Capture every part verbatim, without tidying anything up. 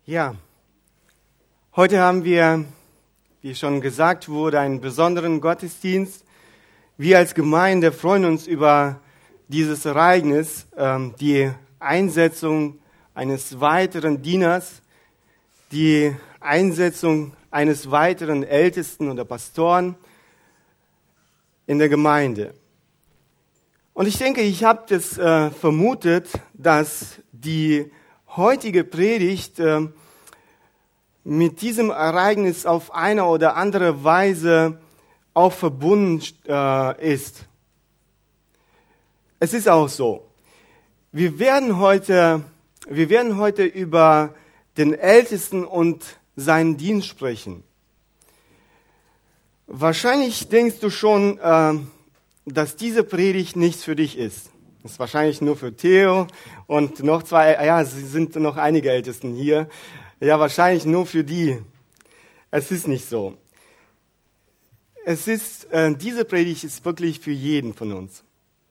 Ja, heute haben wir, wie schon gesagt wurde, einen besonderen Gottesdienst. Wir als Gemeinde freuen uns über dieses Ereignis, ähm, die Einsetzung eines weiteren Dieners, die Einsetzung eines weiteren Ältesten oder Pastoren in der Gemeinde. Und ich denke, ich habe das äh, vermutet, dass die heutige Predigt äh, mit diesem Ereignis auf eine oder andere Weise auch verbunden äh, ist. Es ist auch so. Wir werden heute, wir werden heute über den Ältesten und seinen Dienst sprechen. Wahrscheinlich denkst du schon, äh, dass diese Predigt nichts für dich ist. Das ist wahrscheinlich nur für Theo und noch zwei, ja, es sind noch einige Ältesten hier. Ja, wahrscheinlich nur für die. Es ist nicht so. Es ist, äh, diese Predigt ist wirklich für jeden von uns.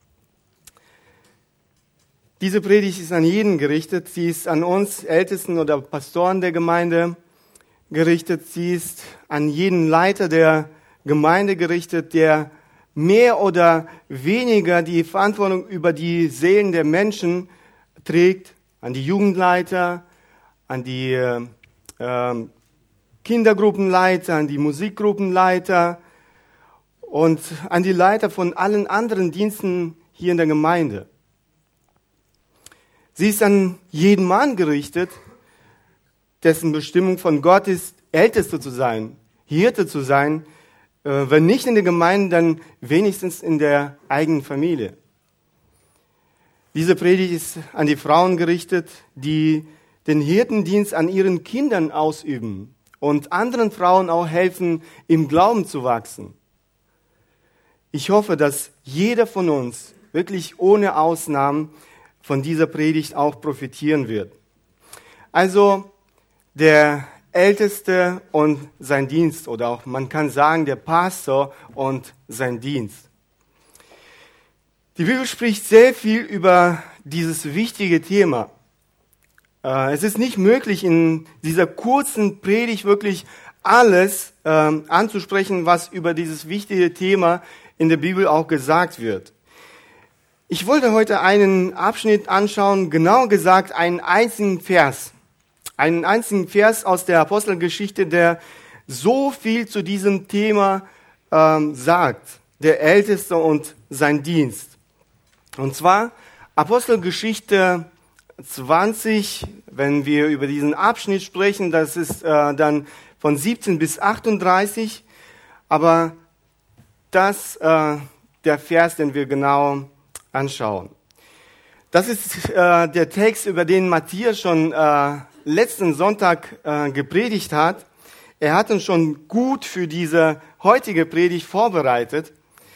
Diese Predigt ist an jeden gerichtet. Sie ist an uns Ältesten oder Pastoren der Gemeinde gerichtet. Sie ist an jeden Leiter der Gemeinde gerichtet, der mehr oder weniger die Verantwortung über die Seelen der Menschen trägt, an die Jugendleiter, an die äh, Kindergruppenleiter, an die Musikgruppenleiter und an die Leiter von allen anderen Diensten hier in der Gemeinde. Sie ist an jeden Mann gerichtet, dessen Bestimmung von Gott ist, Ältester zu sein, Hirte zu sein, wenn nicht in der Gemeinde, dann wenigstens in der eigenen Familie. Diese Predigt ist an die Frauen gerichtet, die den Hirtendienst an ihren Kindern ausüben und anderen Frauen auch helfen, im Glauben zu wachsen. Ich hoffe, dass jeder von uns wirklich ohne Ausnahmen von dieser Predigt auch profitieren wird. Also der Älteste und sein Dienst, oder auch man kann sagen, der Pastor und sein Dienst. Die Bibel spricht sehr viel über dieses wichtige Thema. Es ist nicht möglich, in dieser kurzen Predigt wirklich alles ähm, anzusprechen, was über dieses wichtige Thema in der Bibel auch gesagt wird. Ich wollte heute einen Abschnitt anschauen, genau gesagt einen einzigen Vers. Einen einzigen Vers aus der Apostelgeschichte, der so viel zu diesem Thema ähm, sagt, der Älteste und sein Dienst. Und zwar Apostelgeschichte zwanzig, wenn wir über diesen Abschnitt sprechen, das ist äh, dann von siebzehn bis achtunddreißig, aber das äh, der Vers, den wir genau anschauen. Das ist äh, der Text, über den Matthias schon äh, letzten Sonntag äh, gepredigt hat. Er hat uns schon gut für diese heutige Predigt vorbereitet.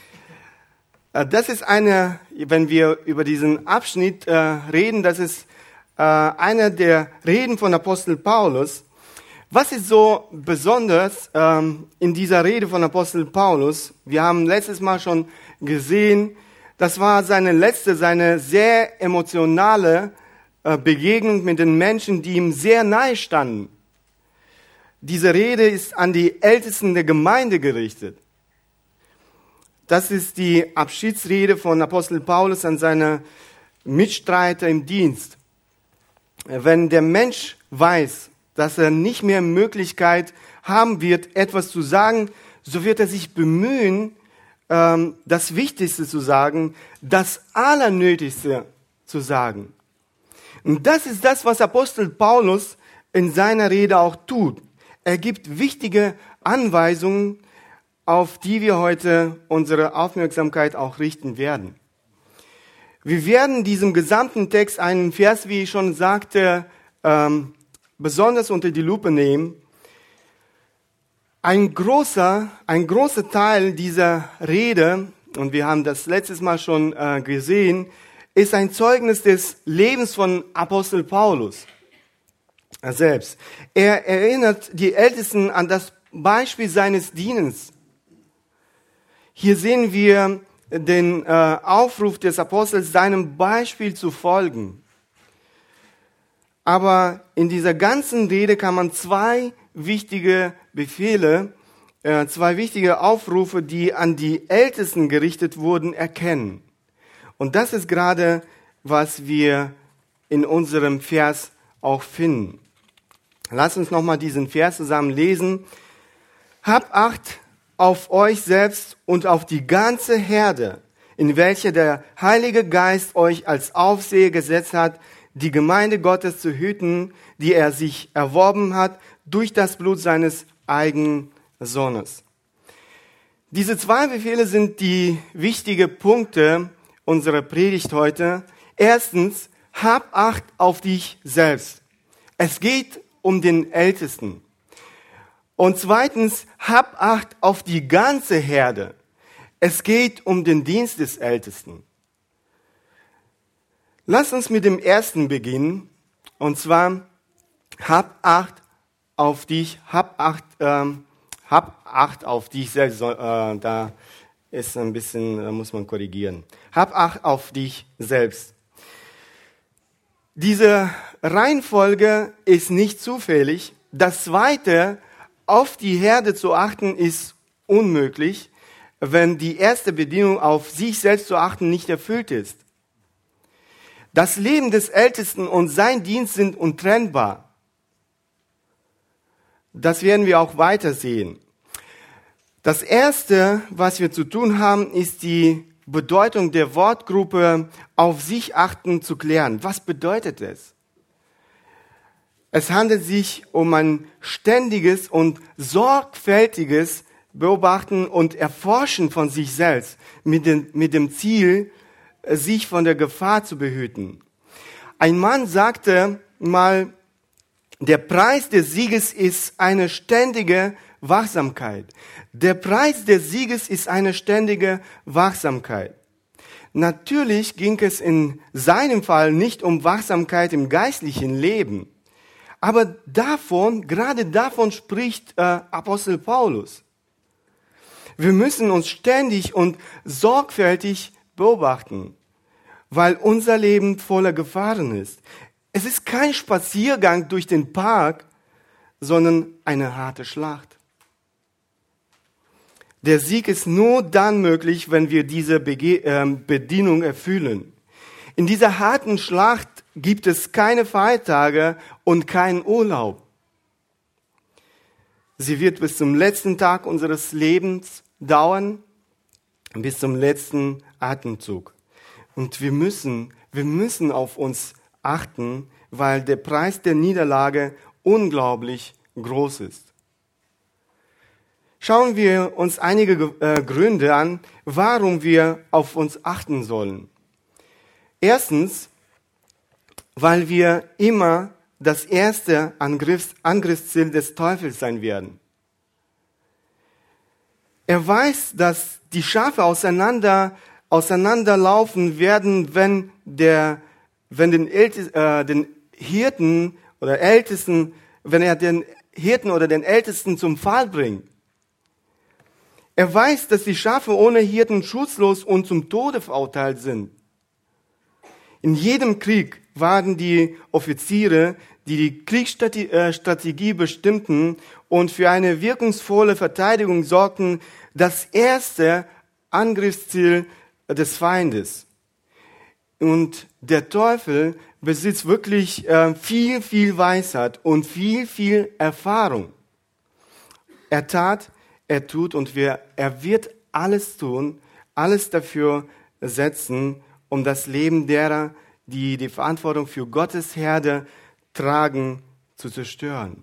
Äh, das ist eine, wenn wir über diesen Abschnitt äh, reden, das ist äh, einer der Reden von Apostel Paulus. Was ist so besonders ähm, in dieser Rede von Apostel Paulus? Wir haben letztes Mal schon gesehen, das war seine letzte, seine sehr emotionale Begegnung mit den Menschen, die ihm sehr nahe standen. Diese Rede ist an die Ältesten der Gemeinde gerichtet. Das ist die Abschiedsrede von Apostel Paulus an seine Mitstreiter im Dienst. Wenn der Mensch weiß, dass er nicht mehr Möglichkeit haben wird, etwas zu sagen, so wird er sich bemühen, das Wichtigste zu sagen, das Allernötigste zu sagen. Und das ist das, was Apostel Paulus in seiner Rede auch tut. Er gibt wichtige Anweisungen, auf die wir heute unsere Aufmerksamkeit auch richten werden. Wir werden diesem gesamten Text einen Vers, wie ich schon sagte, ähm, besonders unter die Lupe nehmen. Ein großer, ein großer Teil dieser Rede, und wir haben das letztes Mal schon äh, gesehen, ist ein Zeugnis des Lebens von Apostel Paulus selbst. Er erinnert die Ältesten an das Beispiel seines Dienens. Hier sehen wir den äh, Aufruf des Apostels, seinem Beispiel zu folgen. Aber in dieser ganzen Rede kann man zwei wichtige Befehle, äh, zwei wichtige Aufrufe, die an die Ältesten gerichtet wurden, erkennen. Und das ist gerade, was wir in unserem Vers auch finden. Lass uns nochmal diesen Vers zusammen lesen. Habt Acht auf euch selbst und auf die ganze Herde, in welcher der Heilige Geist euch als Aufseher gesetzt hat, die Gemeinde Gottes zu hüten, die er sich erworben hat durch das Blut seines eigenen Sohnes. Diese zwei Befehle sind die wichtigen Punkte unserer Predigt heute. Erstens, hab Acht auf dich selbst. Es geht um den Ältesten. Und zweitens, hab Acht auf die ganze Herde. Es geht um den Dienst des Ältesten. Lass uns mit dem ersten beginnen. Und zwar, hab Acht auf dich, hab Acht, ähm, hab Acht auf dich selbst. Äh, da ist ein bisschen, da muss man korrigieren. Hab Acht auf dich selbst. Diese Reihenfolge ist nicht zufällig. Das zweite, auf die Herde zu achten, ist unmöglich, wenn die erste Bedingung, auf sich selbst zu achten, nicht erfüllt ist. Das Leben des Ältesten und sein Dienst sind untrennbar. Das werden wir auch weiter sehen. Das Erste, was wir zu tun haben, ist die Bedeutung der Wortgruppe auf sich achten zu klären. Was bedeutet es? Es handelt sich um ein ständiges und sorgfältiges Beobachten und Erforschen von sich selbst mit dem, mit dem Ziel, sich von der Gefahr zu behüten. Ein Mann sagte mal, der Preis des Sieges ist eine ständige Wachsamkeit. Der Preis des Sieges ist eine ständige Wachsamkeit. Natürlich ging es in seinem Fall nicht um Wachsamkeit im geistlichen Leben. Aber davon, gerade davon spricht äh, Apostel Paulus. Wir müssen uns ständig und sorgfältig beobachten, weil unser Leben voller Gefahren ist. Es ist kein Spaziergang durch den Park, sondern eine harte Schlacht. Der Sieg ist nur dann möglich, wenn wir diese Bege- äh, Bedienung erfüllen. In dieser harten Schlacht gibt es keine Feiertage und keinen Urlaub. Sie wird bis zum letzten Tag unseres Lebens dauern, bis zum letzten Atemzug. Und wir müssen, wir müssen auf uns achten, weil der Preis der Niederlage unglaublich groß ist. Schauen wir uns einige äh, Gründe an, warum wir auf uns achten sollen. Erstens, weil wir immer das erste Angriffs- Angriffsziel des Teufels sein werden. Er weiß, dass die Schafe auseinander, auseinanderlaufen werden, wenn, der, wenn den, Ältes, äh, den Hirten oder Ältesten, wenn er den Hirten oder den Ältesten zum Fall bringt. Er weiß, dass die Schafe ohne Hirten schutzlos und zum Tode verurteilt sind. In jedem Krieg waren die Offiziere, die die Kriegsstrategie bestimmten und für eine wirkungsvolle Verteidigung sorgten, das erste Angriffsziel des Feindes. Und der Teufel besitzt wirklich äh, viel, viel Weisheit und viel, viel Erfahrung. Er tat, er tut und wir, er wird alles tun, alles dafür setzen, um das Leben derer, die die Verantwortung für Gottes Herde tragen, zu zerstören.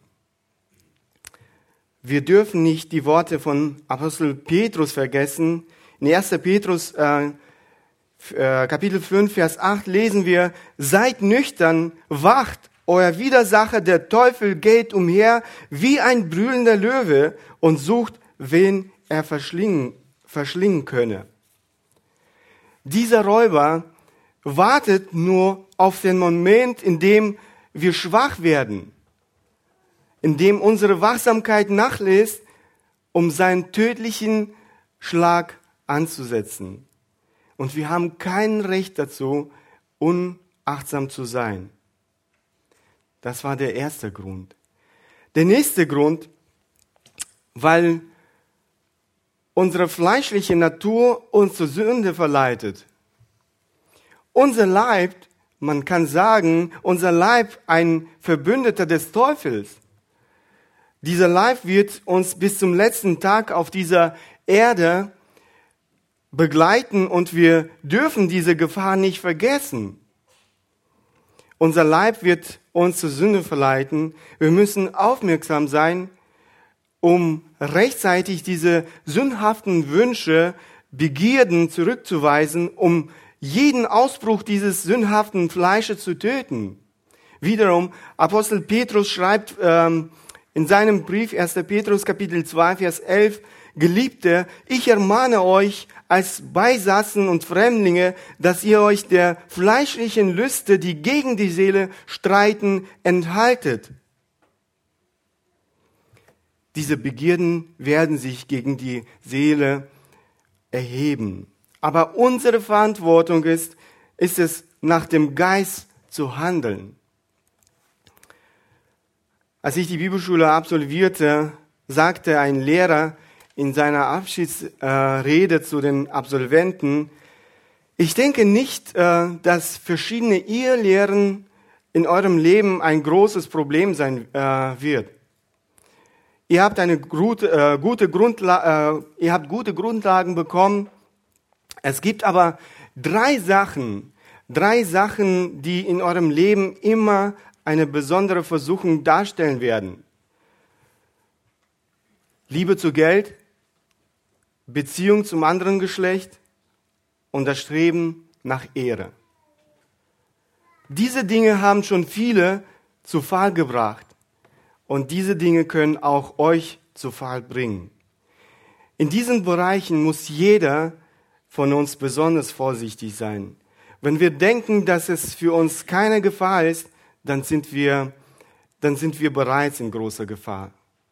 Wir dürfen nicht die Worte von Apostel Petrus vergessen. In erster Petrus äh, äh, Kapitel fünf, Vers acht lesen wir, seid nüchtern, wacht, euer Widersacher, der Teufel, geht umher wie ein brüllender Löwe und sucht, wen er verschlingen, verschlingen könne. Dieser Räuber wartet nur auf den Moment, in dem wir schwach werden, in dem unsere Wachsamkeit nachlässt, um seinen tödlichen Schlag anzusetzen. Und wir haben kein Recht dazu, unachtsam zu sein. Das war der erste Grund. Der nächste Grund, weil unsere fleischliche Natur uns zur Sünde verleitet. Unser Leib, man kann sagen, unser Leib ein Verbündeter des Teufels. Dieser Leib wird uns bis zum letzten Tag auf dieser Erde begleiten und wir dürfen diese Gefahr nicht vergessen. Unser Leib wird uns zur Sünde verleiten. Wir müssen aufmerksam sein, um rechtzeitig diese sündhaften Wünsche, Begierden zurückzuweisen, um jeden Ausbruch dieses sündhaften Fleisches zu töten. Wiederum, Apostel Petrus schreibt ähm, in seinem Brief, erster Petrus Kapitel zwei, Vers elf, Geliebte, ich ermahne euch als Beisatzen und Fremdlinge, dass ihr euch der fleischlichen Lüste, die gegen die Seele streiten, enthaltet. Diese Begierden werden sich gegen die Seele erheben. Aber unsere Verantwortung ist, ist es, nach dem Geist zu handeln. Als ich die Bibelschule absolvierte, sagte ein Lehrer in seiner Abschiedsrede zu den Absolventen, ich denke nicht, dass verschiedene Ehelehren in eurem Leben ein großes Problem sein wird. Ihr habt eine gute, gute Grundla- ihr habt gute Grundlagen bekommen. Es gibt aber drei Sachen, drei Sachen, die in eurem Leben immer eine besondere Versuchung darstellen werden. Liebe zu Geld, Beziehung zum anderen Geschlecht und das Streben nach Ehre. Diese Dinge haben schon viele zu Fall gebracht und diese Dinge können auch euch zu Fall bringen. In diesen Bereichen muss jeder von uns besonders vorsichtig sein. Wenn wir denken, dass es für uns keine Gefahr ist, dann sind wir, dann sind wir bereits in großer Gefahr.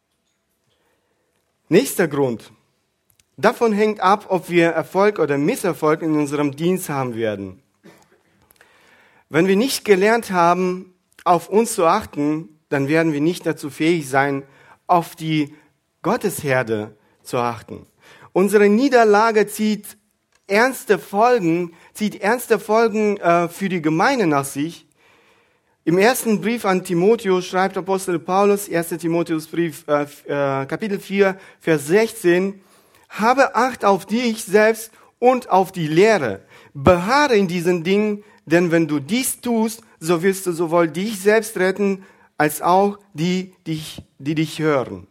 Nächster Grund. Davon hängt ab, ob wir Erfolg oder Misserfolg in unserem Dienst haben werden. Wenn wir nicht gelernt haben, auf uns zu achten, dann werden wir nicht dazu fähig sein, auf die Gottesherde zu achten. Unsere Niederlage zieht ernste Folgen, zieht ernste Folgen äh, für die Gemeinde nach sich. Im ersten Brief an Timotheus schreibt Apostel Paulus, erster Timotheusbrief, äh, äh, Kapitel vier, Vers sechzehn, habe Acht auf dich selbst und auf die Lehre. Beharre in diesen Dingen, denn wenn du dies tust, so wirst du sowohl dich selbst retten, als auch die, die, die dich hören.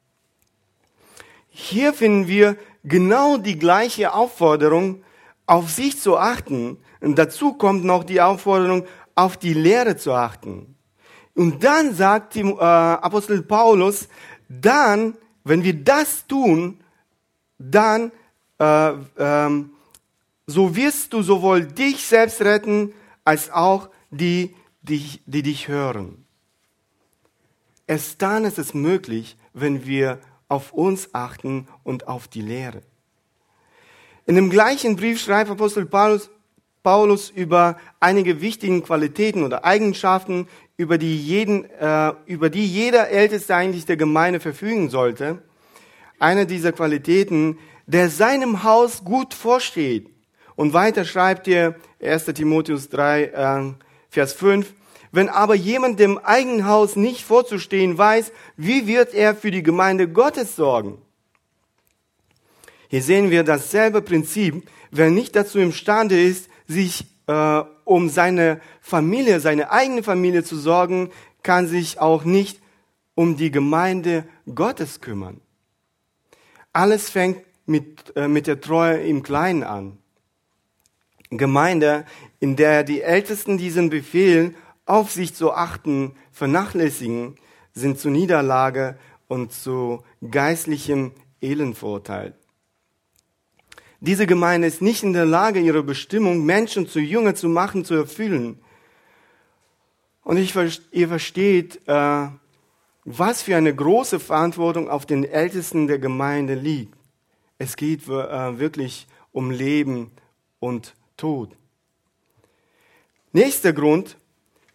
Hier finden wir genau die gleiche Aufforderung, auf sich zu achten. Und dazu kommt noch die Aufforderung, auf die Lehre zu achten. Und dann sagt die, äh, Apostel Paulus, dann, wenn wir das tun, dann äh, ähm, so wirst du sowohl dich selbst retten, als auch die, die, die dich hören. Erst dann ist es möglich, wenn wir auf uns achten und auf die Lehre. In dem gleichen Brief schreibt Apostel Paulus, Paulus über einige wichtige Qualitäten oder Eigenschaften, über die, jeden, äh, über die jeder Älteste eigentlich der Gemeinde verfügen sollte. Eine dieser Qualitäten, der seinem Haus gut vorsteht. Und weiter schreibt er, erster Timotheus drei, äh, Vers fünf, wenn aber jemand dem eigenen Haus nicht vorzustehen weiß, wie wird er für die Gemeinde Gottes sorgen? Hier sehen wir dasselbe Prinzip. Wer nicht dazu imstande ist, sich äh, um seine Familie, seine eigene Familie zu sorgen, kann sich auch nicht um die Gemeinde Gottes kümmern. Alles fängt mit, äh, mit der Treue im Kleinen an. Gemeinde, in der die Ältesten diesen Befehl, auf sich zu achten, vernachlässigen, sind zu Niederlage und zu geistlichem Elend verurteilt. Diese Gemeinde ist nicht in der Lage, ihre Bestimmung, Menschen zu Jünger zu machen, zu erfüllen. Und ich, ihr versteht, äh, was für eine große Verantwortung auf den Ältesten der Gemeinde liegt. Es geht äh, wirklich um Leben und Tod. Nächster Grund,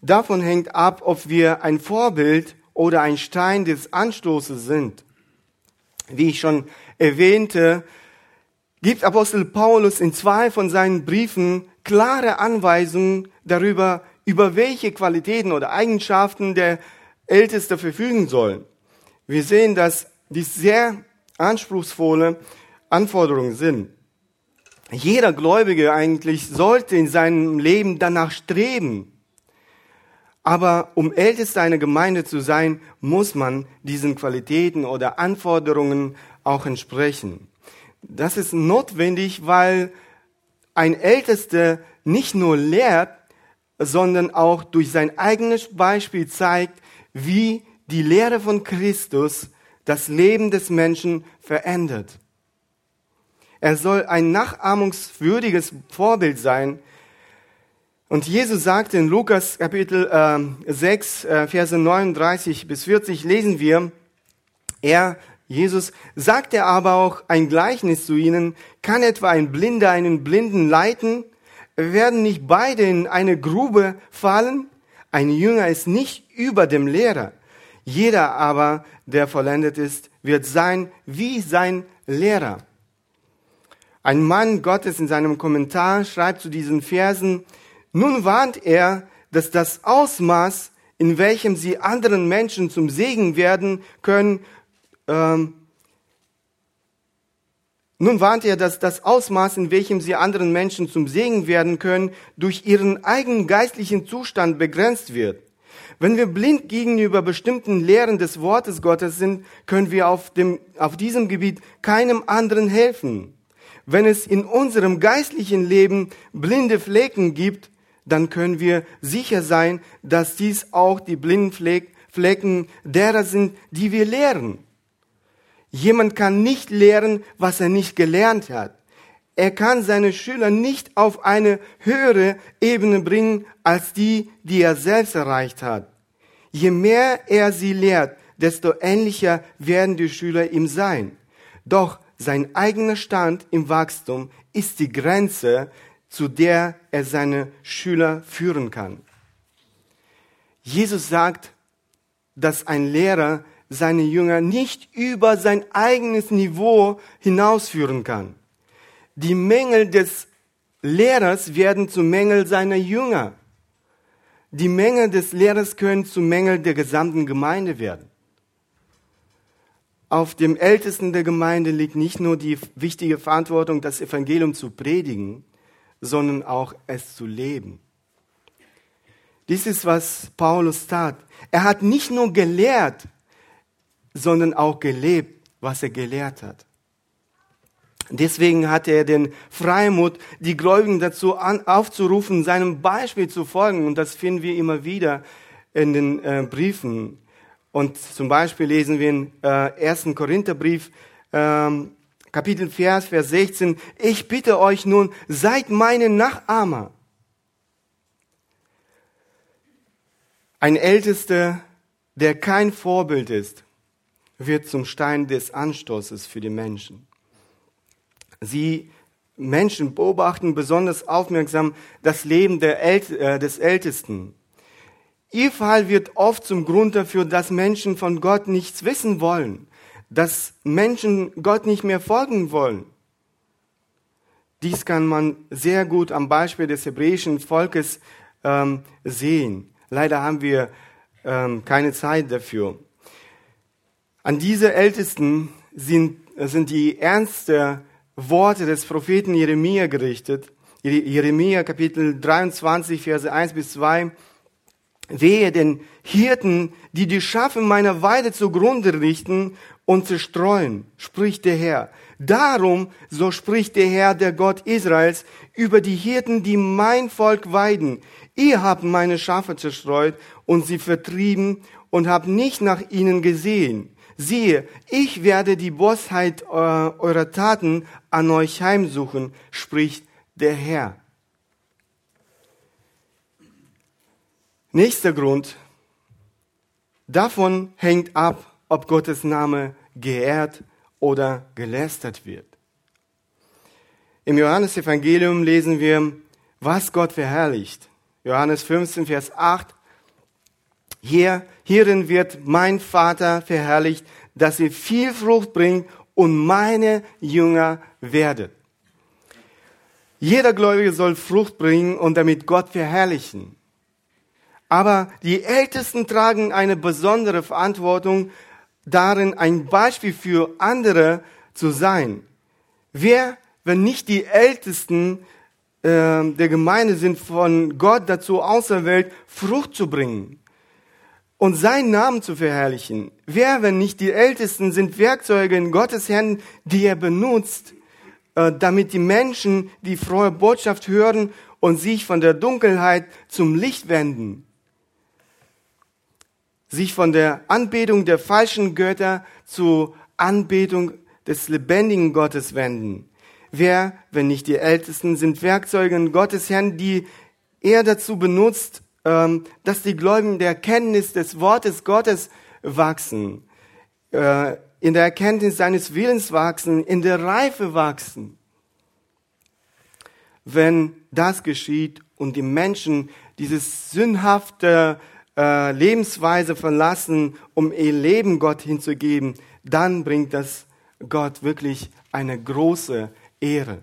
Davon hängt ab, ob wir ein Vorbild oder ein Stein des Anstoßes sind. Wie ich schon erwähnte, gibt Apostel Paulus in zwei von seinen Briefen klare Anweisungen darüber, über welche Qualitäten oder Eigenschaften der Älteste verfügen soll. Wir sehen, dass dies sehr anspruchsvolle Anforderungen sind. Jeder Gläubige eigentlich sollte in seinem Leben danach streben. Aber um Ältester einer Gemeinde zu sein, muss man diesen Qualitäten oder Anforderungen auch entsprechen. Das ist notwendig, weil ein Ältester nicht nur lehrt, sondern auch durch sein eigenes Beispiel zeigt, wie die Lehre von Christus das Leben des Menschen verändert. Er soll ein nachahmungswürdiges Vorbild sein. Und Jesus sagte in Lukas Kapitel äh, sechs, äh, Verse neununddreißig bis vierzig, lesen wir, er, Jesus, sagte aber auch ein Gleichnis zu ihnen, kann etwa ein Blinder einen Blinden leiten? Werden nicht beide in eine Grube fallen? Ein Jünger ist nicht über dem Lehrer. Jeder aber, der vollendet ist, wird sein wie sein Lehrer. Ein Mann Gottes in seinem Kommentar schreibt zu diesen Versen, nun warnt er, dass das Ausmaß, in welchem sie anderen Menschen zum Segen werden können, ähm, nun warnt er, dass das Ausmaß, in welchem sie anderen Menschen zum Segen werden können, durch ihren eigenen geistlichen Zustand begrenzt wird. Wenn wir blind gegenüber bestimmten Lehren des Wortes Gottes sind, können wir auf dem, auf diesem Gebiet keinem anderen helfen. Wenn es in unserem geistlichen Leben blinde Flecken gibt, dann können wir sicher sein, dass dies auch die blinden Flecken derer sind, die wir lehren. Jemand kann nicht lehren, was er nicht gelernt hat. Er kann seine Schüler nicht auf eine höhere Ebene bringen, als die, die er selbst erreicht hat. Je mehr er sie lehrt, desto ähnlicher werden die Schüler ihm sein. Doch sein eigener Stand im Wachstum ist die Grenze, zu der er seine Schüler führen kann. Jesus sagt, dass ein Lehrer seine Jünger nicht über sein eigenes Niveau hinausführen kann. Die Mängel des Lehrers werden zu Mängel seiner Jünger. Die Mängel des Lehrers können zu Mängel der gesamten Gemeinde werden. Auf dem Ältesten der Gemeinde liegt nicht nur die wichtige Verantwortung, das Evangelium zu predigen, sondern auch es zu leben. Dies ist, was Paulus tat. Er hat nicht nur gelehrt, sondern auch gelebt, was er gelehrt hat. Deswegen hatte er den Freimut, die Gläubigen dazu an, aufzurufen, seinem Beispiel zu folgen. Und das finden wir immer wieder in den äh, Briefen. Und zum Beispiel lesen wir in äh, ersten Korintherbrief, ähm, Kapitel vier, Vers sechzehn, ich bitte euch nun, seid meine Nachahmer. Ein Ältester, der kein Vorbild ist, wird zum Stein des Anstoßes für die Menschen. Sie Menschen beobachten besonders aufmerksam das Leben der Ält- äh, des Ältesten. Ihr Fall wird oft zum Grund dafür, dass Menschen von Gott nichts wissen wollen, dass Menschen Gott nicht mehr folgen wollen. Dies kann man sehr gut am Beispiel des hebräischen Volkes ähm, sehen. Leider haben wir ähm, keine Zeit dafür. An diese Ältesten sind, sind die ernsten Worte des Propheten Jeremia gerichtet. Jeremia Kapitel dreiundzwanzig, Verse eins bis zwei. Wehe den Hirten, die die Schafe meiner Weide zugrunde richten und zerstreuen, spricht der Herr. Darum, so spricht der Herr, der Gott Israels, über die Hirten, die mein Volk weiden. Ihr habt meine Schafe zerstreut und sie vertrieben und habt nicht nach ihnen gesehen. Siehe, ich werde die Bosheit äh, eurer Taten an euch heimsuchen, spricht der Herr. Nächster Grund. Davon hängt ab, ob Gottes Name geehrt oder gelästert wird. Im Johannesevangelium lesen wir, was Gott verherrlicht. Johannes fünfzehn, Vers acht Hier, hierin wird mein Vater verherrlicht, dass ihr viel Frucht bringt und meine Jünger werdet. Jeder Gläubige soll Frucht bringen und damit Gott verherrlichen. Aber die Ältesten tragen eine besondere Verantwortung darin, ein Beispiel für andere zu sein. Wer, wenn nicht die Ältesten äh, der Gemeinde sind, von Gott dazu auserwählt, Frucht zu bringen und seinen Namen zu verherrlichen? Wer, wenn nicht die Ältesten, sind Werkzeuge in Gottes Händen, die er benutzt, äh, damit die Menschen die frohe Botschaft hören und sich von der Dunkelheit zum Licht wenden? Sich von der Anbetung der falschen Götter zur Anbetung des lebendigen Gottes wenden. Wer, wenn nicht die Ältesten, sind Werkzeuge in Gottes Händen, die er dazu benutzt, dass die Gläubigen der Erkenntnis des Wortes Gottes wachsen, in der Erkenntnis seines Willens wachsen, in der Reife wachsen. Wenn das geschieht und die Menschen dieses sündhafte Lebensweise verlassen, um ihr Leben Gott hinzugeben, dann bringt das Gott wirklich eine große Ehre.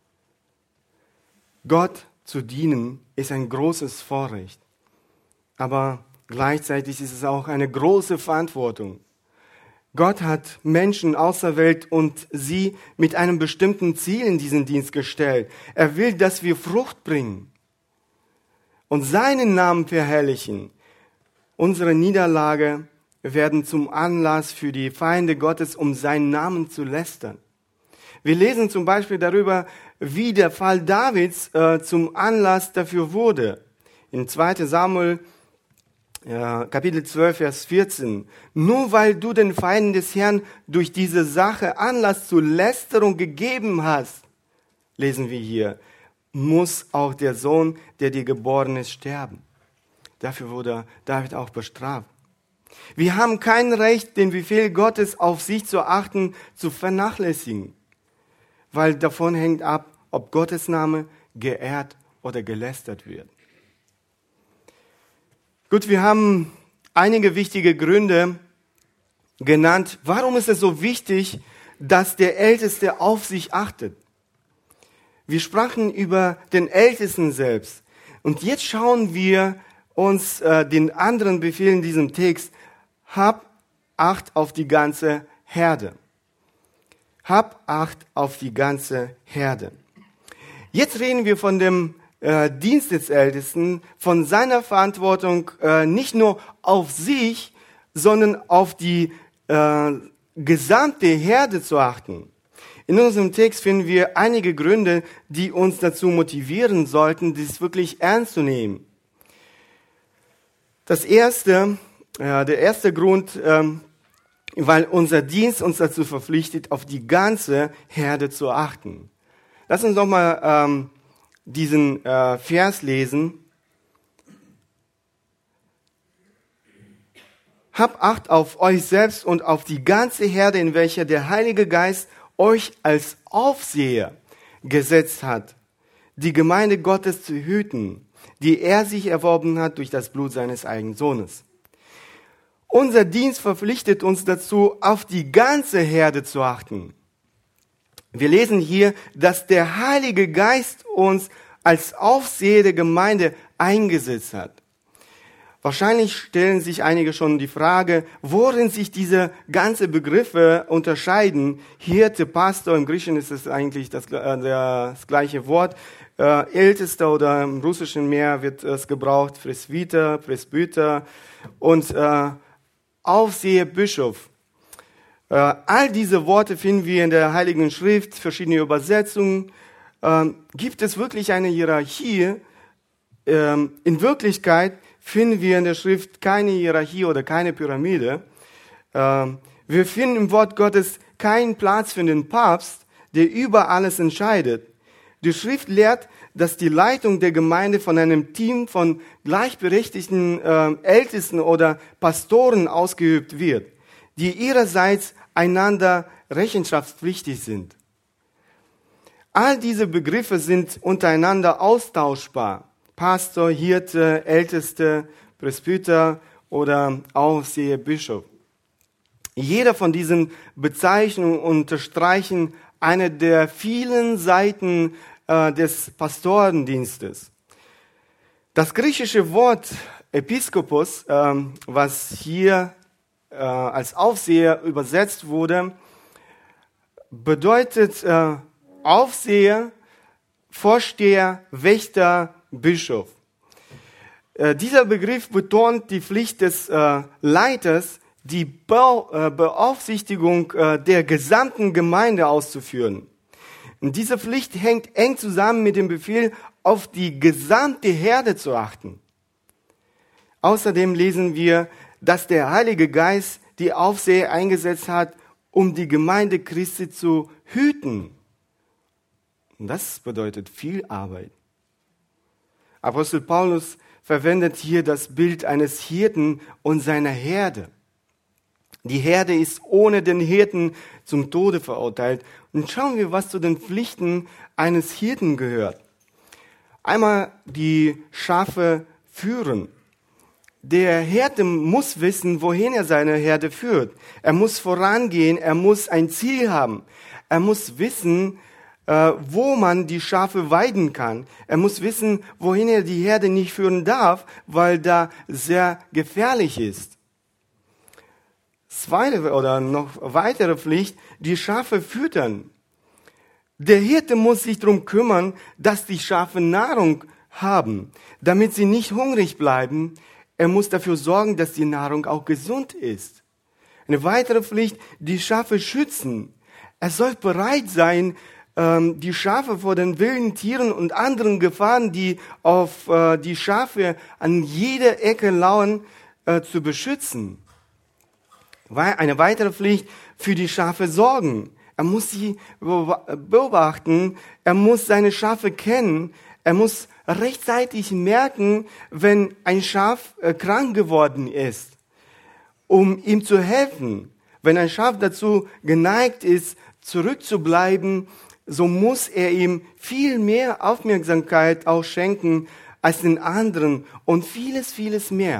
Gott zu dienen ist ein großes Vorrecht, aber gleichzeitig ist es auch eine große Verantwortung. Gott hat Menschen auserwählt und sie mit einem bestimmten Ziel in diesen Dienst gestellt. Er will, dass wir Frucht bringen und seinen Namen verherrlichen. Unsere Niederlage werden zum Anlass für die Feinde Gottes, um seinen Namen zu lästern. Wir lesen zum Beispiel darüber, wie der Fall Davids äh, zum Anlass dafür wurde. In zweiter Samuel, äh, Kapitel zwölf, Vers vierzehn. Nur weil du den Feinden des Herrn durch diese Sache Anlass zur Lästerung gegeben hast, lesen wir hier, muss auch der Sohn, der dir geboren ist, sterben. Dafür wurde David auch bestraft. Wir haben kein Recht, den Befehl Gottes auf sich zu achten, zu vernachlässigen, weil davon hängt ab, ob Gottes Name geehrt oder gelästert wird. Gut, wir haben einige wichtige Gründe genannt. Warum ist es so wichtig, dass der Älteste auf sich achtet? Wir sprachen über den Ältesten selbst. Und jetzt schauen wir uns äh, den anderen Befehl in diesem Text. Hab Acht auf die ganze Herde. Hab Acht auf die ganze Herde. Jetzt reden wir von dem äh, Dienst des Ältesten, von seiner Verantwortung äh, nicht nur auf sich, sondern auf die äh, gesamte Herde zu achten. In unserem Text finden wir einige Gründe, die uns dazu motivieren sollten, dies wirklich ernst zu nehmen. Das erste, äh, der erste Grund, ähm, weil unser Dienst uns dazu verpflichtet, auf die ganze Herde zu achten. Lass uns noch mal ähm, diesen äh, Vers lesen. Habt Acht auf euch selbst und auf die ganze Herde, in welcher der Heilige Geist euch als Aufseher gesetzt hat, die Gemeinde Gottes zu hüten, die er sich erworben hat durch das Blut seines eigenen Sohnes. Unser Dienst verpflichtet uns dazu, auf die ganze Herde zu achten. Wir lesen hier, dass der Heilige Geist uns als Aufseher der Gemeinde eingesetzt hat. Wahrscheinlich stellen sich einige schon die Frage, worin sich diese ganzen Begriffe unterscheiden. Hirte, Pastor, im Griechischen ist es eigentlich das, äh, das gleiche Wort. Äh, Ältester oder im Russischen mehr wird es gebraucht, Presbyter, Presbyter und äh, Aufseher, Bischof. Äh, all diese Worte finden wir in der Heiligen Schrift, verschiedene Übersetzungen. Ähm, gibt es wirklich eine Hierarchie? Ähm, in Wirklichkeit finden wir in der Schrift keine Hierarchie oder keine Pyramide. Ähm, wir finden im Wort Gottes keinen Platz für den Papst, der über alles entscheidet. Die Schrift lehrt, dass die Leitung der Gemeinde von einem Team von gleichberechtigten äh, Ältesten oder Pastoren ausgeübt wird, die ihrerseits einander rechenschaftspflichtig sind. All diese Begriffe sind untereinander austauschbar. Pastor, Hirte, Älteste, Presbyter oder Aufseher, Bischof. Jeder von diesen Bezeichnungen unterstreichen eine der vielen Seiten äh, des Pastorendienstes. Das griechische Wort Episkopos, äh, was hier äh, als Aufseher übersetzt wurde, bedeutet äh, Aufseher, Vorsteher, Wächter, Bischof. Äh, dieser Begriff betont die Pflicht des äh, Leiters, die Be- äh, Beaufsichtigung äh, der gesamten Gemeinde auszuführen. Und diese Pflicht hängt eng zusammen mit dem Befehl, auf die gesamte Herde zu achten. Außerdem lesen wir, dass der Heilige Geist die Aufseher eingesetzt hat, um die Gemeinde Christi zu hüten. Und das bedeutet viel Arbeit. Apostel Paulus verwendet hier das Bild eines Hirten und seiner Herde. Die Herde ist ohne den Hirten zum Tode verurteilt. Und schauen wir, was zu den Pflichten eines Hirten gehört. Einmal die Schafe führen. Der Hirte muss wissen, wohin er seine Herde führt. Er muss vorangehen, er muss ein Ziel haben. Er muss wissen, äh, wo man die Schafe weiden kann. Er muss wissen, wohin er die Herde nicht führen darf, weil da sehr gefährlich ist. Zweite oder noch weitere Pflicht, die Schafe füttern. Der Hirte muss sich darum kümmern, dass die Schafe Nahrung haben, damit sie nicht hungrig bleiben. Er muss dafür sorgen, dass die Nahrung auch gesund ist. Eine weitere Pflicht, die Schafe schützen. Er soll bereit sein, die Schafe vor den wilden Tieren und anderen Gefahren, die auf die Schafe an jeder Ecke lauern, zu beschützen. Eine weitere Pflicht, für die Schafe sorgen. Er muss sie beobachten, er muss seine Schafe kennen, er muss rechtzeitig merken, wenn ein Schaf krank geworden ist, um ihm zu helfen. Wenn ein Schaf dazu geneigt ist, zurückzubleiben, so muss er ihm viel mehr Aufmerksamkeit auch schenken als den anderen und vieles, vieles mehr.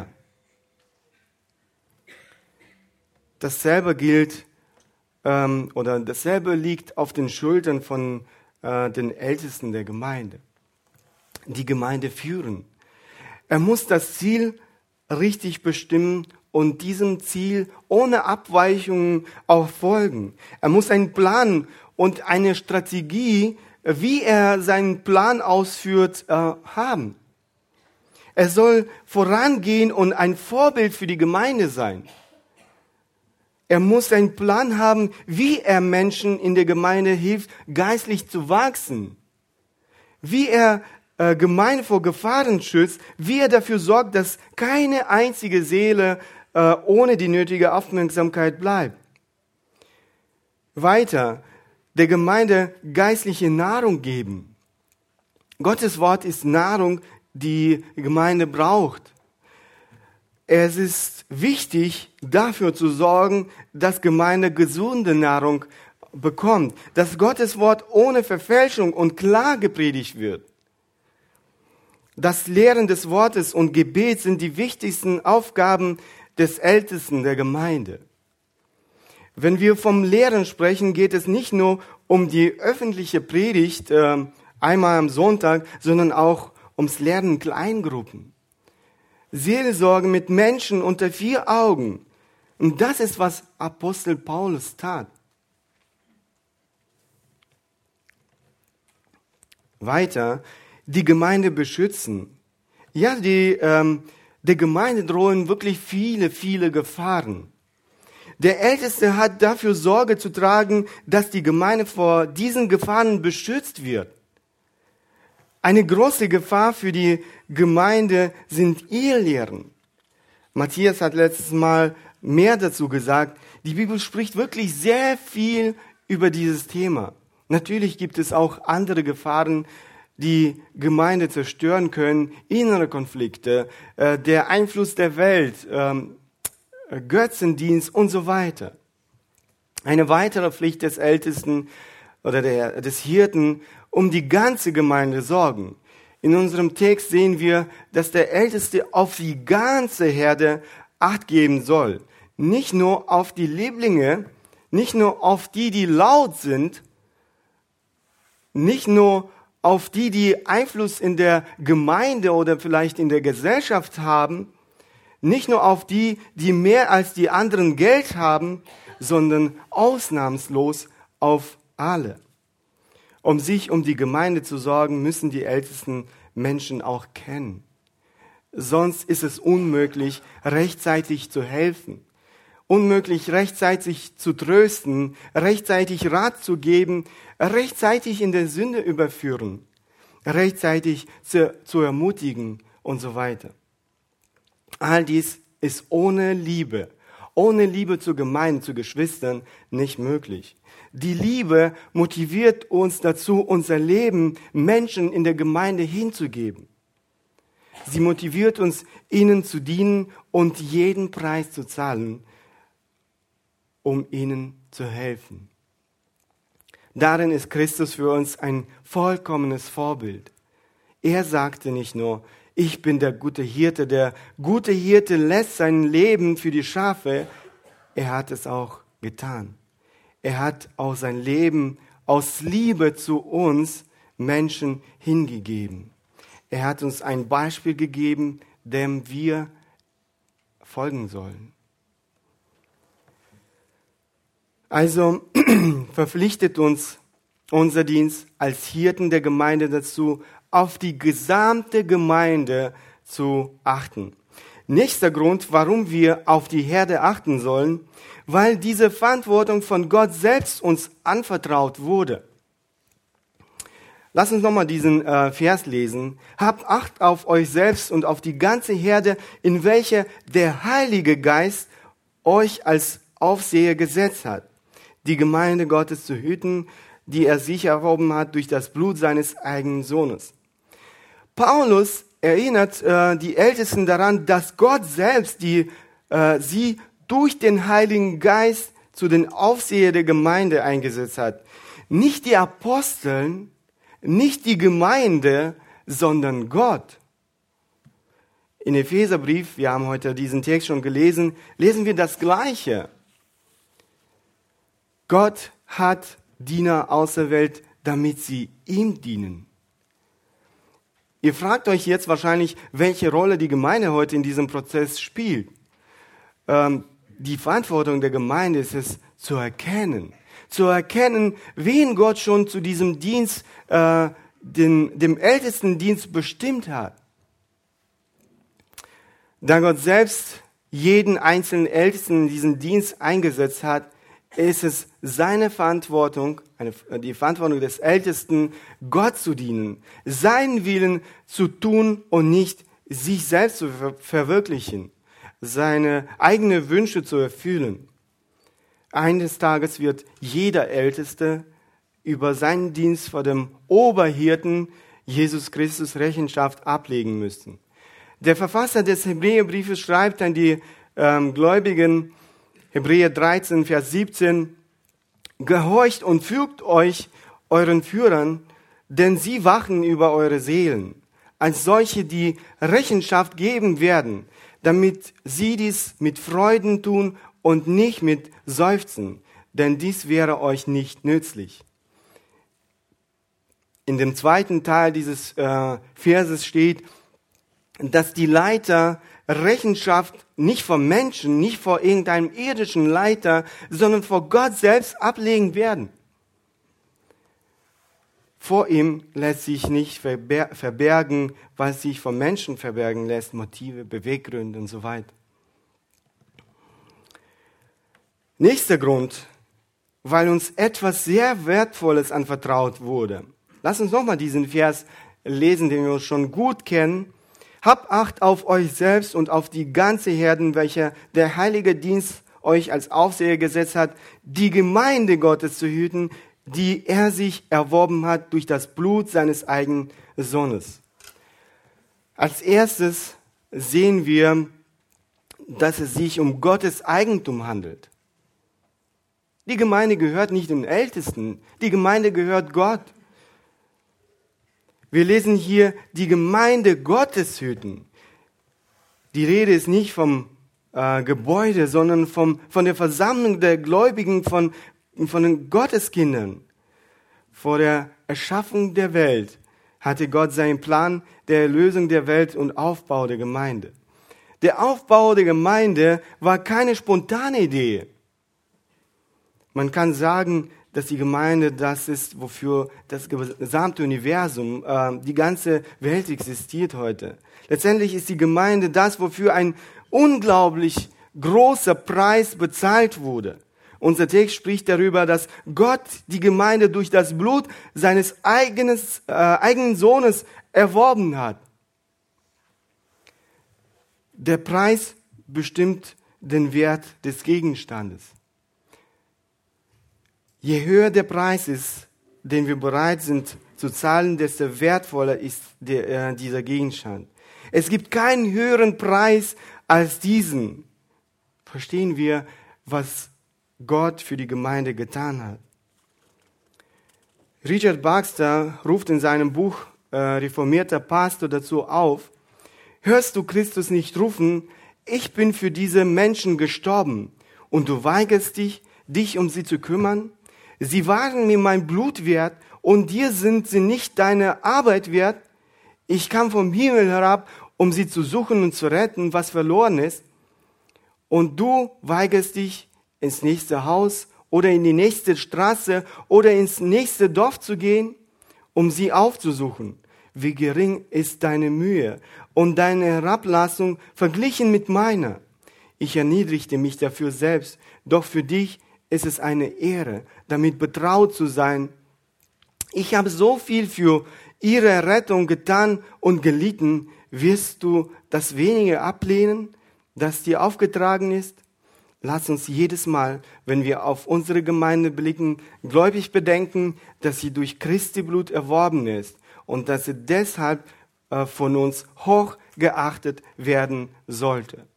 Dasselbe gilt ähm, oder dasselbe liegt auf den Schultern von äh, den Ältesten der Gemeinde. Die Gemeinde führen. Er muss das Ziel richtig bestimmen und diesem Ziel ohne Abweichungen auch folgen. Er muss einen Plan und eine Strategie, wie er seinen Plan ausführt, äh, haben. Er soll vorangehen und ein Vorbild für die Gemeinde sein. Er muss einen Plan haben, wie er Menschen in der Gemeinde hilft, geistlich zu wachsen. Wie er äh, Gemeinde vor Gefahren schützt, wie er dafür sorgt, dass keine einzige Seele äh, ohne die nötige Aufmerksamkeit bleibt. Weiter, der Gemeinde geistliche Nahrung geben. Gottes Wort ist Nahrung, die die Gemeinde braucht. Es ist wichtig, dafür zu sorgen, dass Gemeinde gesunde Nahrung bekommt, dass Gottes Wort ohne Verfälschung und klar gepredigt wird. Das Lehren des Wortes und Gebet sind die wichtigsten Aufgaben des Ältesten der Gemeinde. Wenn wir vom Lehren sprechen, geht es nicht nur um die öffentliche Predigt äh, einmal am Sonntag, sondern auch ums Lehren in Kleingruppen. Seelsorge mit Menschen unter vier Augen. Und das ist, was Apostel Paulus tat. Weiter, die Gemeinde beschützen. Ja, die, ähm, der Gemeinde drohen wirklich viele, viele Gefahren. Der Älteste hat dafür Sorge zu tragen, dass die Gemeinde vor diesen Gefahren beschützt wird. Eine große Gefahr für die Gemeinde sind Irrlehren. Matthias hat letztes Mal mehr dazu gesagt. Die Bibel spricht wirklich sehr viel über dieses Thema. Natürlich gibt es auch andere Gefahren, die Gemeinde zerstören können, innere Konflikte, äh, der Einfluss der Welt, ähm, Götzendienst und so weiter. Eine weitere Pflicht des Ältesten oder der, des Hirten, um die ganze Gemeinde sorgen. In unserem Text sehen wir, dass der Älteste auf die ganze Herde Acht geben soll. Nicht nur auf die Lieblinge, nicht nur auf die, die laut sind, nicht nur auf die, die Einfluss in der Gemeinde oder vielleicht in der Gesellschaft haben, nicht nur auf die, die mehr als die anderen Geld haben, sondern ausnahmslos auf alle. Um sich um die Gemeinde zu sorgen, müssen die ältesten Menschen auch kennen. Sonst ist es unmöglich, rechtzeitig zu helfen, unmöglich, rechtzeitig zu trösten, rechtzeitig Rat zu geben, rechtzeitig in der Sünde überführen, rechtzeitig zu, zu ermutigen und so weiter. All dies ist ohne Liebe, ohne Liebe zur Gemeinde, zu Geschwistern nicht möglich. Die Liebe motiviert uns dazu, unser Leben Menschen in der Gemeinde hinzugeben. Sie motiviert uns, ihnen zu dienen und jeden Preis zu zahlen, um ihnen zu helfen. Darin ist Christus für uns ein vollkommenes Vorbild. Er sagte nicht nur, ich bin der gute Hirte. Der gute Hirte lässt sein Leben für die Schafe. Er hat es auch getan. Er hat auch sein Leben aus Liebe zu uns Menschen hingegeben. Er hat uns ein Beispiel gegeben, dem wir folgen sollen. Also verpflichtet uns unser Dienst als Hirten der Gemeinde dazu, auf die gesamte Gemeinde zu achten. Nächster Grund, warum wir auf die Herde achten sollen, weil diese Verantwortung von Gott selbst uns anvertraut wurde. Lass uns nochmal diesen äh, Vers lesen. Habt Acht auf euch selbst und auf die ganze Herde, in welcher der Heilige Geist euch als Aufseher gesetzt hat, die Gemeinde Gottes zu hüten, die er sich erworben hat durch das Blut seines eigenen Sohnes. Paulus erinnert äh, die Ältesten daran, dass Gott selbst die, äh, sie durch den Heiligen Geist zu den Aufseher der Gemeinde eingesetzt hat. Nicht die Aposteln, nicht die Gemeinde, sondern Gott. In Epheserbrief, wir haben heute diesen Text schon gelesen, lesen wir das Gleiche. Gott hat Diener auserwählt, damit sie ihm dienen. Ihr fragt euch jetzt wahrscheinlich, welche Rolle die Gemeinde heute in diesem Prozess spielt. Ähm, die Verantwortung der Gemeinde ist es, zu erkennen. Zu erkennen, wen Gott schon zu diesem Dienst, äh, den, dem Ältestendienst bestimmt hat. Da Gott selbst jeden einzelnen Ältesten in diesen Dienst eingesetzt hat, ist es seine Verantwortung, eine, die Verantwortung des Ältesten, Gott zu dienen, seinen Willen zu tun und nicht sich selbst zu ver- verwirklichen, seine eigenen Wünsche zu erfüllen. Eines Tages wird jeder Älteste über seinen Dienst vor dem Oberhirten Jesus Christus Rechenschaft ablegen müssen. Der Verfasser des Hebräerbriefes schreibt an die ähm, Gläubigen, Hebräer dreizehn, Vers siebzehn, gehorcht und fügt euch euren Führern, denn sie wachen über eure Seelen, als solche, die Rechenschaft geben werden, damit sie dies mit Freuden tun und nicht mit Seufzen, denn dies wäre euch nicht nützlich. In dem zweiten Teil dieses äh, Verses steht, dass die Leiter Rechenschaft nicht vor Menschen, nicht vor irgendeinem irdischen Leiter, sondern vor Gott selbst ablegen werden. Vor ihm lässt sich nicht verber- verbergen, was sich vom Menschen verbergen lässt, Motive, Beweggründe und so weiter. Nächster Grund, weil uns etwas sehr Wertvolles anvertraut wurde. Lass uns nochmal diesen Vers lesen, den wir schon gut kennen. Habt Acht auf euch selbst und auf die ganze Herden, welche der heilige Dienst euch als Aufseher gesetzt hat, die Gemeinde Gottes zu hüten, die er sich erworben hat durch das Blut seines eigenen Sohnes. Als erstes sehen wir, dass es sich um Gottes Eigentum handelt. Die Gemeinde gehört nicht den Ältesten, die Gemeinde gehört Gott. Wir lesen hier, die Gemeinde Gottes hüten. Die Rede ist nicht vom, äh, Gebäude, sondern vom, von der Versammlung der Gläubigen, von, von den Gotteskindern. Vor der Erschaffung der Welt hatte Gott seinen Plan der Erlösung der Welt und Aufbau der Gemeinde. Der Aufbau der Gemeinde war keine spontane Idee. Man kann sagen, dass die Gemeinde das ist, wofür das gesamte Universum, äh, die ganze Welt existiert heute. Letztendlich ist die Gemeinde das, wofür ein unglaublich großer Preis bezahlt wurde. Unser Text spricht darüber, dass Gott die Gemeinde durch das Blut seines eigenes, äh, eigenen Sohnes erworben hat. Der Preis bestimmt den Wert des Gegenstandes. Je höher der Preis ist, den wir bereit sind zu zahlen, desto wertvoller ist der, äh, dieser Gegenstand. Es gibt keinen höheren Preis als diesen. Verstehen wir, was Gott für die Gemeinde getan hat. Richard Baxter ruft in seinem Buch äh, Reformierter Pastor dazu auf: Hörst du Christus nicht rufen, ich bin für diese Menschen gestorben, und du weigerst dich, dich um sie zu kümmern? Sie waren mir mein Blut wert, und dir sind sie nicht deine Arbeit wert. Ich kam vom Himmel herab, um sie zu suchen und zu retten, was verloren ist. Und du weigerst dich, ins nächste Haus oder in die nächste Straße oder ins nächste Dorf zu gehen, um sie aufzusuchen. Wie gering ist deine Mühe und deine Herablassung verglichen mit meiner. Ich erniedrigte mich dafür selbst, doch für dich ist es eine Ehre, damit betraut zu sein. Ich habe so viel für ihre Rettung getan und gelitten. Wirst du das wenige ablehnen, das dir aufgetragen ist? Lass uns jedes Mal, wenn wir auf unsere Gemeinde blicken, gläubig bedenken, dass sie durch Christi Blut erworben ist und dass sie deshalb äh, von uns hoch geachtet werden sollte.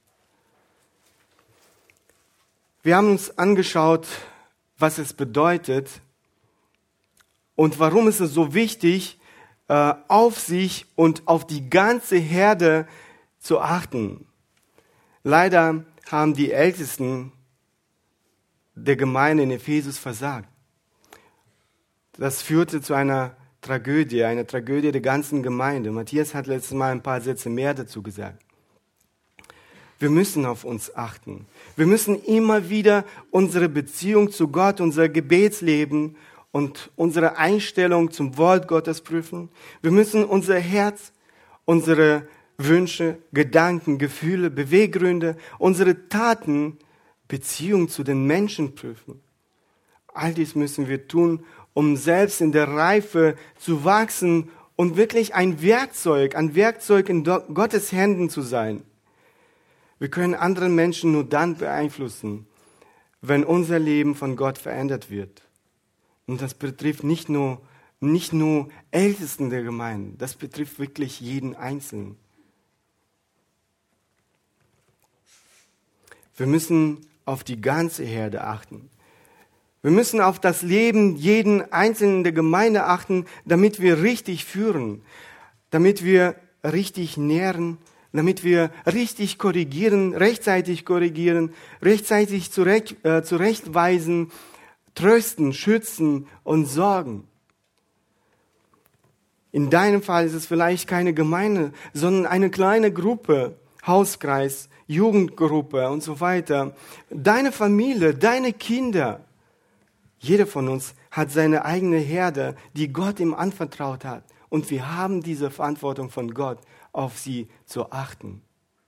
Wir haben uns angeschaut, was es bedeutet und warum ist es so wichtig, äh, auf sich und auf die ganze Herde zu achten. Leider haben die Ältesten der Gemeinde in Ephesus versagt. Das führte zu einer Tragödie, einer Tragödie der ganzen Gemeinde. Matthias hat letztes Mal ein paar Sätze mehr dazu gesagt. Wir müssen auf uns achten. Wir müssen immer wieder unsere Beziehung zu Gott, unser Gebetsleben und unsere Einstellung zum Wort Gottes prüfen. Wir müssen unser Herz, unsere Wünsche, Gedanken, Gefühle, Beweggründe, unsere Taten, Beziehung zu den Menschen prüfen. All dies müssen wir tun, um selbst in der Reife zu wachsen und wirklich ein Werkzeug, ein Werkzeug in Gottes Händen zu sein. Wir können andere Menschen nur dann beeinflussen, wenn unser Leben von Gott verändert wird. Und das betrifft nicht nur, nicht nur Ältesten der Gemeinde, das betrifft wirklich jeden Einzelnen. Wir müssen auf die ganze Herde achten. Wir müssen auf das Leben jeden Einzelnen der Gemeinde achten, damit wir richtig führen, damit wir richtig nähren, damit wir richtig korrigieren, rechtzeitig korrigieren, rechtzeitig zurecht, äh, zurechtweisen, trösten, schützen und sorgen. In deinem Fall ist es vielleicht keine Gemeinde, sondern eine kleine Gruppe, Hauskreis, Jugendgruppe und so weiter. Deine Familie, deine Kinder. Jeder von uns hat seine eigene Herde, die Gott ihm anvertraut hat. Und wir haben diese Verantwortung von Gott, auf sie zu achten.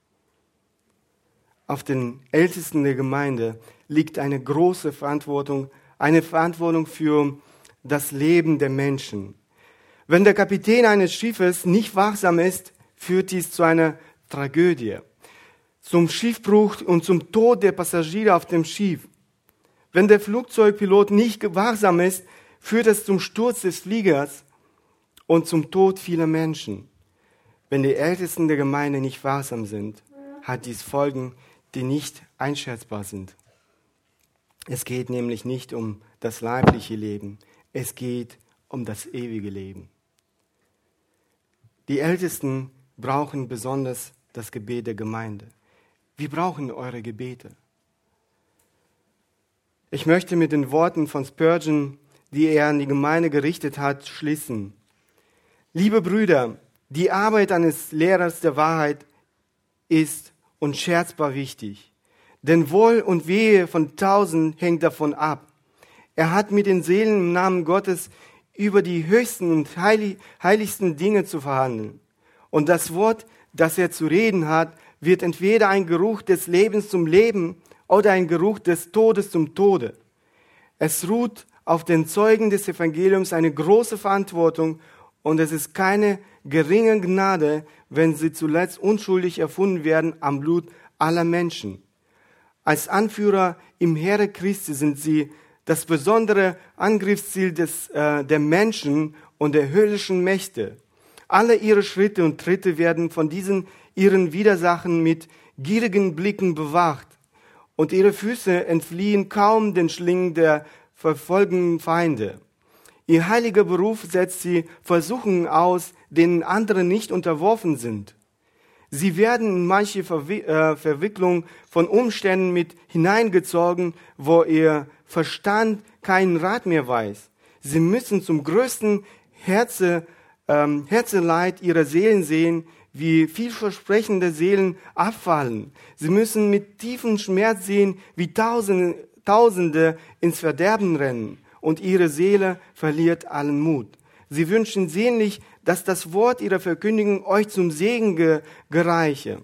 Auf den Ältesten der Gemeinde liegt eine große Verantwortung, eine Verantwortung für das Leben der Menschen. Wenn der Kapitän eines Schiffes nicht wachsam ist, führt dies zu einer Tragödie, zum Schiffbruch und zum Tod der Passagiere auf dem Schiff. Wenn der Flugzeugpilot nicht wachsam ist, führt es zum Sturz des Fliegers und zum Tod vieler Menschen. Wenn die Ältesten der Gemeinde nicht wachsam sind, hat dies Folgen, die nicht einschätzbar sind. Es geht nämlich nicht um das leibliche Leben, es geht um das ewige Leben. Die Ältesten brauchen besonders das Gebet der Gemeinde. Wir brauchen eure Gebete. Ich möchte mit den Worten von Spurgeon, die er an die Gemeinde gerichtet hat, schließen. Liebe Brüder, die Arbeit eines Lehrers der Wahrheit ist unscherzbar wichtig. Denn Wohl und Wehe von Tausend hängt davon ab. Er hat mit den Seelen im Namen Gottes über die höchsten und heilig, heiligsten Dinge zu verhandeln. Und das Wort, das er zu reden hat, wird entweder ein Geruch des Lebens zum Leben oder ein Geruch des Todes zum Tode. Es ruht auf den Zeugen des Evangeliums eine große Verantwortung und es ist keine geringe Gnade, wenn sie zuletzt unschuldig erfunden werden am Blut aller Menschen. Als Anführer im Heere Christi sind sie das besondere Angriffsziel des, äh, der Menschen und der höllischen Mächte. Alle ihre Schritte und Tritte werden von diesen ihren Widersachen mit gierigen Blicken bewacht und ihre Füße entfliehen kaum den Schlingen der verfolgenden Feinde. Ihr heiliger Beruf setzt sie Versuchungen aus, denen andere nicht unterworfen sind. Sie werden in manche Verwi- äh, Verwicklung von Umständen mit hineingezogen, wo ihr Verstand keinen Rat mehr weiß. Sie müssen zum größten Herze, ähm, Herzeleid ihrer Seelen sehen, wie vielversprechende Seelen abfallen. Sie müssen mit tiefem Schmerz sehen, wie Tausende, Tausende ins Verderben rennen und ihre Seele verliert allen Mut. Sie wünschen sehnlich, dass das Wort ihrer Verkündigung euch zum Segen ge- gereiche.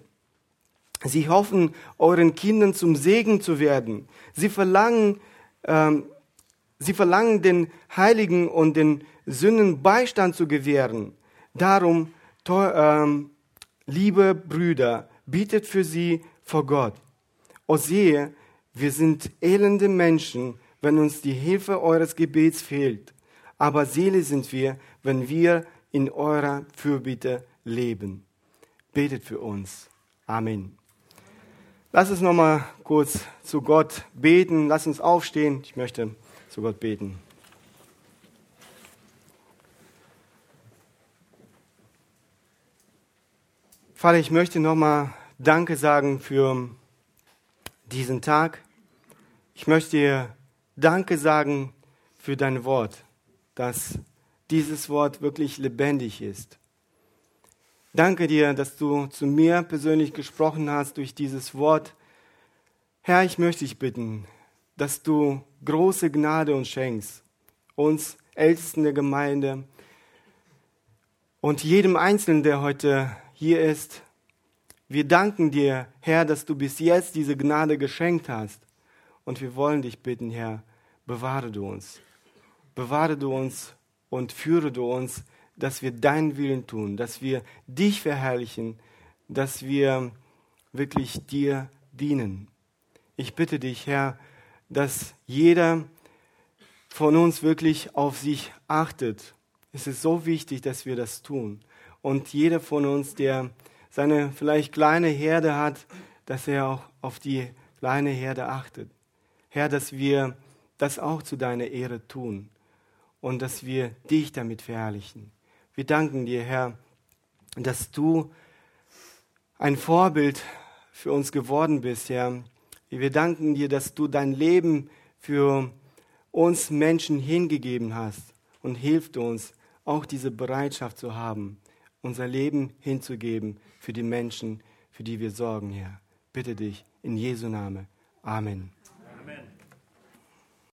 Sie hoffen, euren Kindern zum Segen zu werden. Sie verlangen, ähm, sie verlangen den Heiligen und den Sünden Beistand zu gewähren. Darum, to- ähm, liebe Brüder, bittet für sie vor Gott. O sehe, wir sind elende Menschen, wenn uns die Hilfe eures Gebets fehlt. Aber selig sind wir, wenn wir in eurer Fürbitte leben. Betet für uns. Amen. Lass uns nochmal kurz zu Gott beten. Lass uns aufstehen. Ich möchte zu Gott beten. Vater, ich möchte nochmal Danke sagen für diesen Tag. Ich möchte dir Danke sagen für dein Wort, dass dieses Wort wirklich lebendig ist. Danke dir, dass du zu mir persönlich gesprochen hast durch dieses Wort. Herr, ich möchte dich bitten, dass du große Gnade uns schenkst, uns Ältesten der Gemeinde und jedem Einzelnen, der heute hier ist. Wir danken dir, Herr, dass du bis jetzt diese Gnade geschenkt hast. Und wir wollen dich bitten, Herr, bewahre du uns. Bewahre du uns und führe du uns, dass wir deinen Willen tun, dass wir dich verherrlichen, dass wir wirklich dir dienen. Ich bitte dich, Herr, dass jeder von uns wirklich auf sich achtet. Es ist so wichtig, dass wir das tun. Und jeder von uns, der seine vielleicht kleine Herde hat, dass er auch auf die kleine Herde achtet. Herr, dass wir das auch zu deiner Ehre tun und dass wir dich damit verherrlichen. Wir danken dir, Herr, dass du ein Vorbild für uns geworden bist, Herr. Wir danken dir, dass du dein Leben für uns Menschen hingegeben hast und hilft uns, auch diese Bereitschaft zu haben, unser Leben hinzugeben für die Menschen, für die wir sorgen, Herr. Bitte dich in Jesu Namen. Amen. Amen.